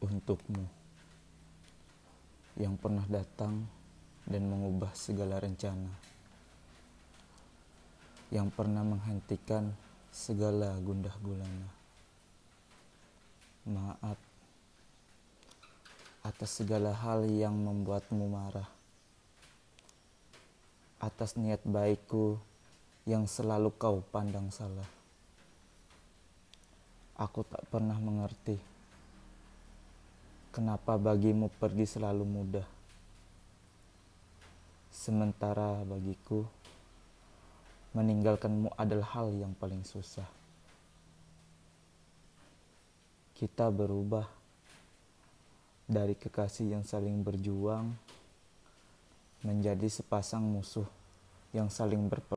untukmu, yang pernah datang dan mengubah segala rencana, yang pernah menghentikan segala gundah gulana. Maaf atas segala hal yang membuatmu marah, atas niat baikku yang selalu kau pandang salah. Aku tak pernah mengerti kenapa bagimu pergi selalu mudah, sementara bagiku meninggalkanmu adalah hal yang paling susah. Kita berubah dari kekasih yang saling berjuang menjadi sepasang musuh yang saling berperang.